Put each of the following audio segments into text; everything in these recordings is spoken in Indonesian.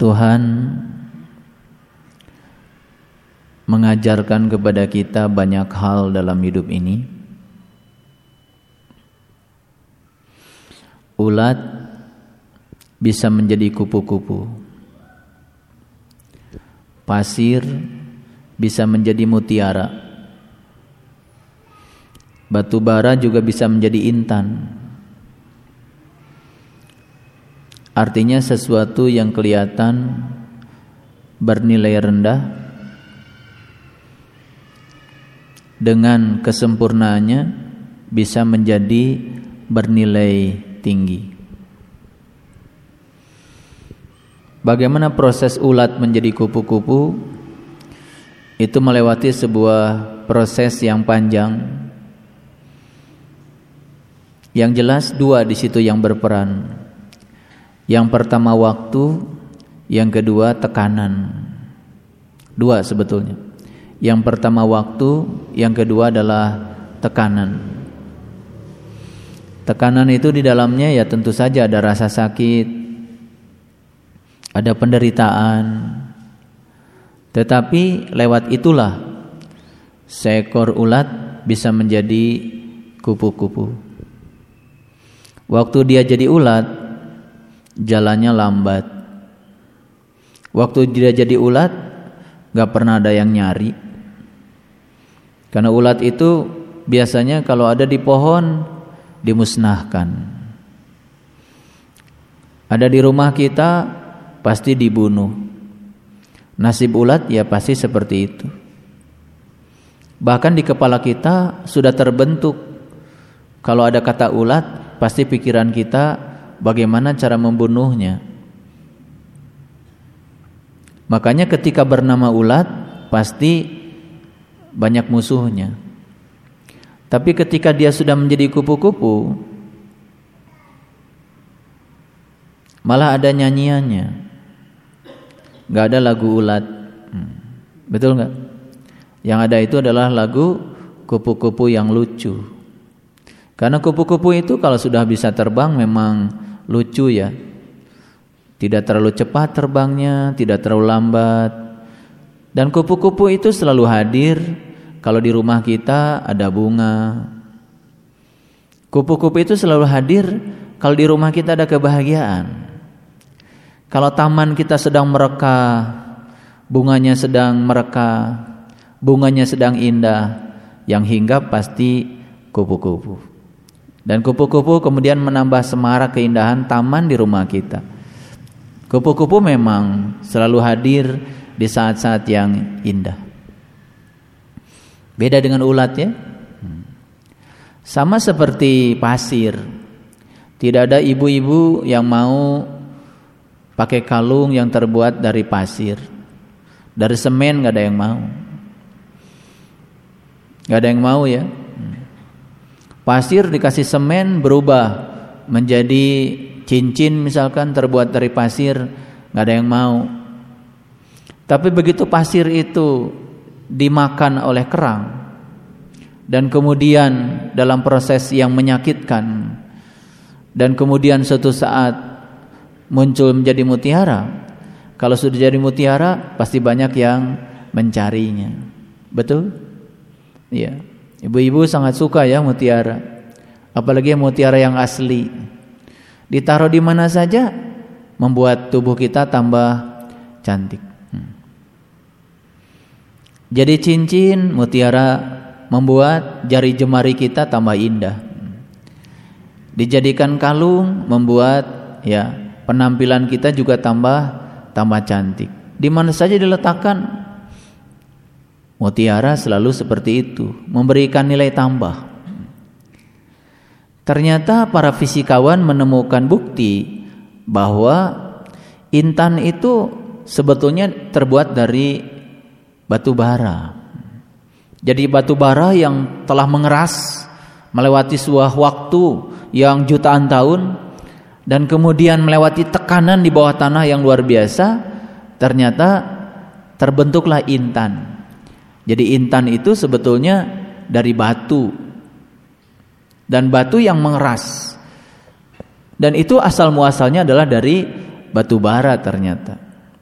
Tuhan mengajarkan kepada kita banyak hal dalam hidup ini. Ulat bisa menjadi kupu-kupu. Pasir bisa menjadi mutiara. Batu bara juga bisa menjadi intan. Artinya sesuatu yang kelihatan bernilai rendah dengan kesempurnaannya bisa menjadi bernilai tinggi. Bagaimana proses ulat menjadi kupu-kupu? Itu melewati sebuah proses yang panjang. Yang jelas dua di situ yang berperan. Yang pertama waktu, yang kedua tekanan. Dua sebetulnya. Yang pertama waktu, yang kedua adalah tekanan. Tekanan itu di dalamnya ya tentu saja ada rasa sakit, ada penderitaan. Tetapi lewat itulah seekor ulat bisa menjadi kupu-kupu. Waktu dia jadi ulat, jalannya lambat. Waktu dia jadi ulat, gak pernah ada yang nyari. Karena ulat itu biasanya kalau ada di pohon dimusnahkan. Ada di rumah kita pasti dibunuh. Nasib ulat ya pasti seperti itu. Bahkan di kepala kita sudah terbentuk, kalau ada kata ulat pasti pikiran kita bagaimana cara membunuhnya. Makanya ketika bernama ulat pasti banyak musuhnya. Tapi ketika dia sudah menjadi kupu-kupu, malah ada nyanyiannya. Gak ada lagu ulat. Betul gak? Yang ada itu adalah lagu kupu-kupu yang lucu. Karena kupu-kupu itu kalau sudah bisa terbang memang lucu ya. Tidak terlalu cepat terbangnya, tidak terlalu lambat. Dan kupu-kupu itu selalu hadir kalau di rumah kita ada bunga. Kupu-kupu itu selalu hadir kalau di rumah kita ada kebahagiaan. Kalau taman kita sedang mereka, bunganya sedang mereka, bunganya sedang indah, yang hinggap pasti kupu-kupu. Dan kupu-kupu kemudian menambah semarak keindahan taman di rumah kita. Kupu-kupu memang selalu hadir di saat-saat yang indah. Beda dengan ulat ya. Sama seperti pasir. Tidak ada ibu-ibu yang mau pakai kalung yang terbuat dari pasir. Dari semen gak ada yang mau. Gak ada yang mau ya. Pasir dikasih semen berubah menjadi cincin misalkan terbuat dari pasir, gak ada yang mau. Tapi begitu pasir itu dimakan oleh kerang dan kemudian dalam proses yang menyakitkan dan kemudian suatu saat muncul menjadi mutiara, kalau sudah jadi mutiara pasti banyak yang mencarinya. Betul? Iya. Ibu-ibu sangat suka ya mutiara. Apalagi mutiara yang asli. Ditaruh di mana saja membuat tubuh kita tambah cantik. Jadi cincin mutiara membuat jari jemari kita tambah indah. Dijadikan kalung membuat ya penampilan kita juga tambah cantik. Di mana saja diletakkan mutiara selalu seperti itu, memberikan nilai tambah. Ternyata para fisikawan menemukan bukti bahwa intan itu sebetulnya terbuat dari batu bara. Jadi batu bara yang telah mengeras melewati sebuah waktu yang jutaan tahun dan kemudian melewati tekanan di bawah tanah yang luar biasa, ternyata terbentuklah intan. Jadi intan itu sebetulnya dari batu. Dan batu yang mengeras. Dan itu asal muasalnya adalah dari batu bara ternyata.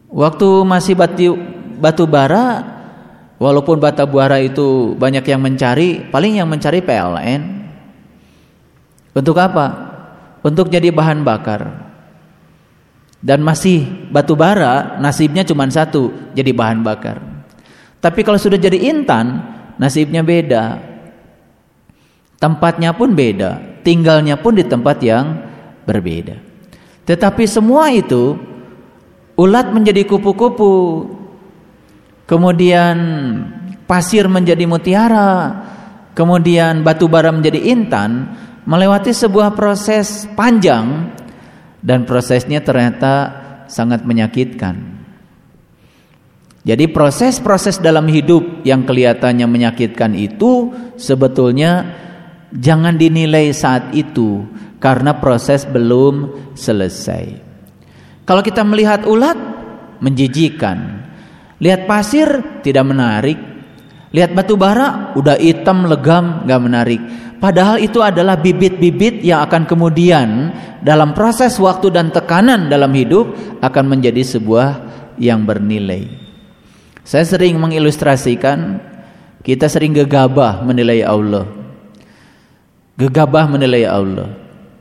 Waktu masih batu bara, walaupun batu bara itu banyak yang mencari, paling yang mencari PLN. Untuk apa? Untuk jadi bahan bakar. Dan masih batu bara, nasibnya cuma satu, jadi bahan bakar. Tapi kalau sudah jadi intan, nasibnya beda. Tempatnya pun beda, tinggalnya pun di tempat yang berbeda. Tetapi semua itu, ulat menjadi kupu-kupu, kemudian pasir menjadi mutiara, kemudian batu bara menjadi intan, melewati sebuah proses panjang, dan prosesnya ternyata sangat menyakitkan. Jadi proses-proses dalam hidup yang kelihatannya menyakitkan itu sebetulnya jangan dinilai saat itu, karena proses belum selesai. Kalau kita melihat ulat, menjijikan. Lihat pasir, tidak menarik. Lihat batu bara, udah hitam, legam, gak menarik. Padahal itu adalah bibit-bibit yang akan kemudian dalam proses waktu dan tekanan dalam hidup akan menjadi sebuah yang bernilai. Saya sering mengilustrasikan, kita sering gegabah menilai Allah. Gegabah menilai Allah.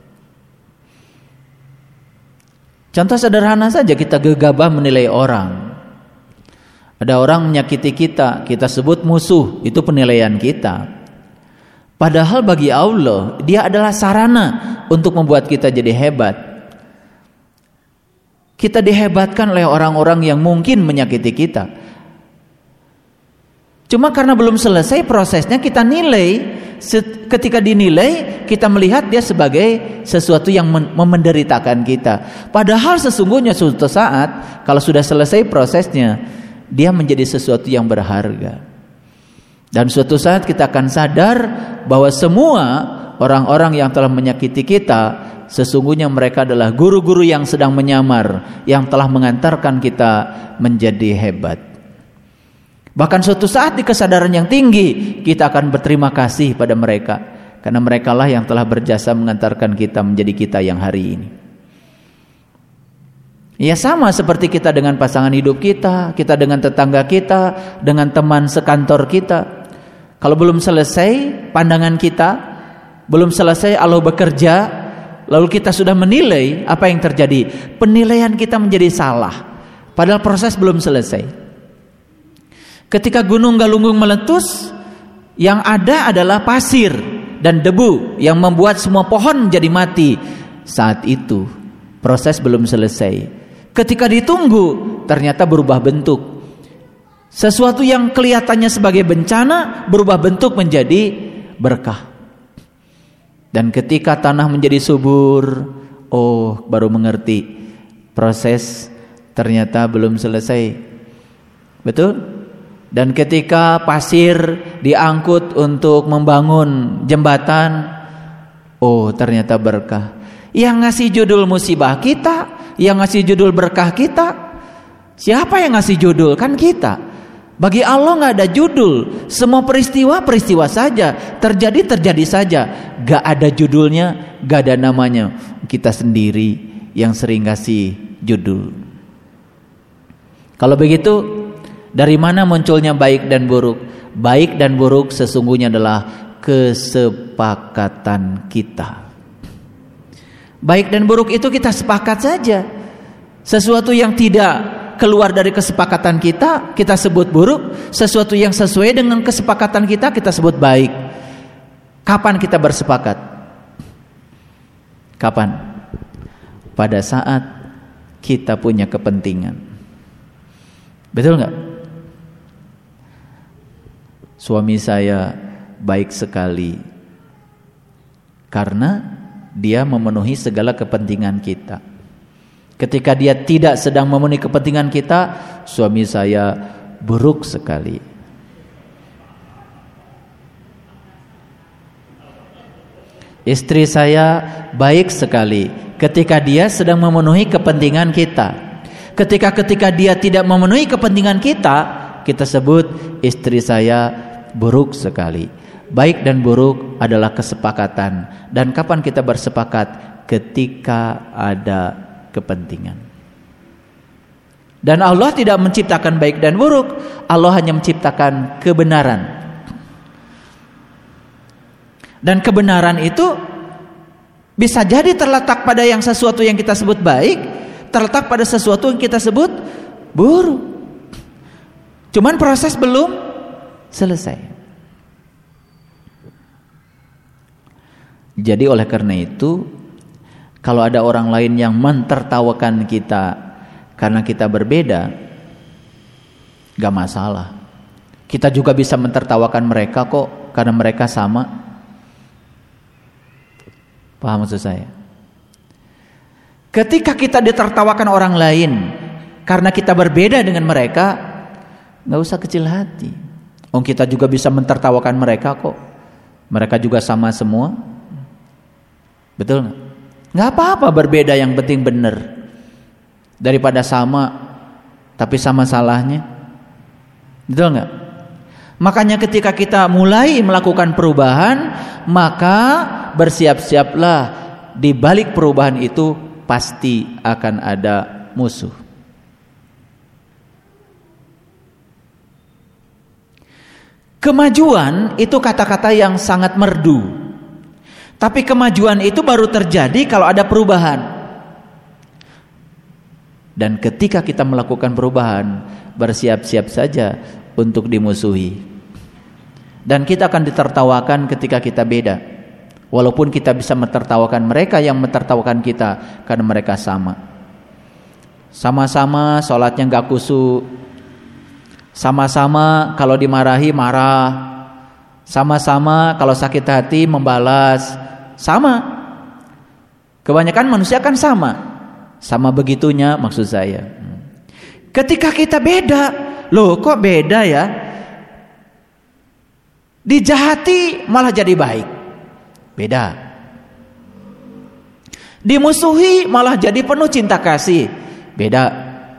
Contoh sederhana saja, kita gegabah menilai orang. Ada orang menyakiti kita, kita sebut musuh, itu penilaian kita. Padahal bagi Allah, dia adalah sarana untuk membuat kita jadi hebat. Kita dihebatkan oleh orang-orang yang mungkin menyakiti kita. Cuma karena belum selesai prosesnya, kita nilai. Ketika dinilai, kita melihat dia sebagai sesuatu yang menderitakan kita. Padahal sesungguhnya suatu saat, kalau sudah selesai prosesnya, dia menjadi sesuatu yang berharga. Dan suatu saat kita akan sadar bahwa semua orang-orang yang telah menyakiti kita, sesungguhnya mereka adalah guru-guru yang sedang menyamar, yang telah mengantarkan kita menjadi hebat. Bahkan suatu saat di kesadaran yang tinggi, kita akan berterima kasih pada mereka, karena mereka lah yang telah berjasa mengantarkan kita menjadi kita yang hari ini. Ya, sama seperti kita dengan pasangan hidup kita, kita dengan tetangga kita, dengan teman sekantor kita. Kalau belum selesai pandangan kita, belum selesai Allah bekerja, lalu kita sudah menilai, apa yang terjadi? Penilaian kita menjadi salah, padahal proses belum selesai. Ketika gunung Galunggung meletus, yang ada adalah pasir dan debu yang membuat semua pohon menjadi mati. Saat itu proses belum selesai. Ketika ditunggu, ternyata berubah bentuk. Sesuatu yang kelihatannya sebagai bencana berubah bentuk menjadi berkah. Dan ketika tanah menjadi subur, oh, baru mengerti proses ternyata belum selesai. Betul? Dan ketika pasir diangkut untuk membangun jembatan, oh, ternyata berkah. Yang ngasih judul musibah kita, yang ngasih judul berkah kita, siapa yang ngasih judul? Kan kita. Bagi Allah gak ada judul. Semua peristiwa saja, terjadi saja. Gak ada judulnya, gak ada namanya. Kita sendiri yang sering ngasih judul. Kalau begitu, dari mana munculnya baik dan buruk? Baik dan buruk sesungguhnya adalah kesepakatan kita. Baik dan buruk itu kita sepakat saja. Sesuatu yang tidak keluar dari kesepakatan kita, kita sebut buruk. Sesuatu yang sesuai dengan kesepakatan kita, kita sebut baik. Kapan kita bersepakat? Kapan? Pada saat kita punya kepentingan. Betul gak? Suami saya baik sekali karena dia memenuhi segala kepentingan kita. Ketika dia tidak sedang memenuhi kepentingan kita, suami saya buruk sekali. Istri saya baik sekali ketika dia sedang memenuhi kepentingan kita. Ketika dia tidak memenuhi kepentingan kita, kita sebut istri saya buruk sekali. Baik dan buruk adalah kesepakatan. Dan kapan kita bersepakat? Ketika ada kepentingan. Dan Allah tidak menciptakan baik dan buruk, Allah hanya menciptakan kebenaran. Dan kebenaran itu bisa jadi terletak pada yang sesuatu yang kita sebut baik, terletak pada sesuatu yang kita sebut buruk. Cuman proses belum selesai. Jadi oleh karena itu, kalau ada orang lain yang mentertawakan kita karena kita berbeda, gak masalah. Kita juga bisa mentertawakan mereka kok, karena mereka sama. Paham maksud saya? Ketika kita ditertawakan orang lain karena kita berbeda dengan mereka, gak usah kecil hati. Kita juga bisa mentertawakan mereka kok, mereka juga sama semua. Betul gak? Gak apa-apa berbeda, yang penting benar, daripada sama tapi sama salahnya. Betul gak? Makanya ketika kita mulai melakukan perubahan, maka bersiap-siaplah, di balik perubahan itu pasti akan ada musuh. Kemajuan itu kata-kata yang sangat merdu. Tapi kemajuan itu baru terjadi kalau ada perubahan. Dan ketika kita melakukan perubahan, bersiap-siap saja untuk dimusuhi. Dan kita akan ditertawakan ketika kita beda. Walaupun kita bisa mentertawakan mereka yang mentertawakan kita, karena mereka sama. Sama-sama sholatnya gak khusyuk. Sama-sama kalau dimarahi marah. Sama-sama kalau sakit hati membalas. Sama. Kebanyakan manusia kan sama. Sama begitunya maksud saya. Ketika kita beda, loh kok beda ya? Dijahati malah jadi baik. Beda. Dimusuhi malah jadi penuh cinta kasih. Beda.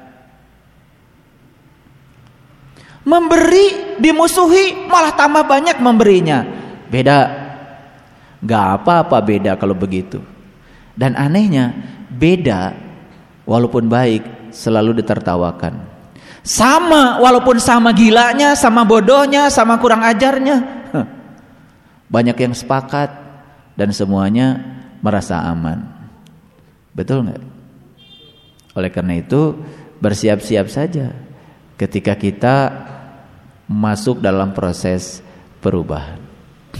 Memberi, dimusuhi malah tambah banyak memberinya. Beda. Gak apa-apa beda kalau begitu. Dan anehnya, beda walaupun baik selalu ditertawakan. Sama walaupun sama gilanya, sama bodohnya, sama kurang ajarnya, banyak yang sepakat dan semuanya merasa aman. Betul gak? Oleh karena itu, bersiap-siap saja ketika kita masuk dalam proses perubahan.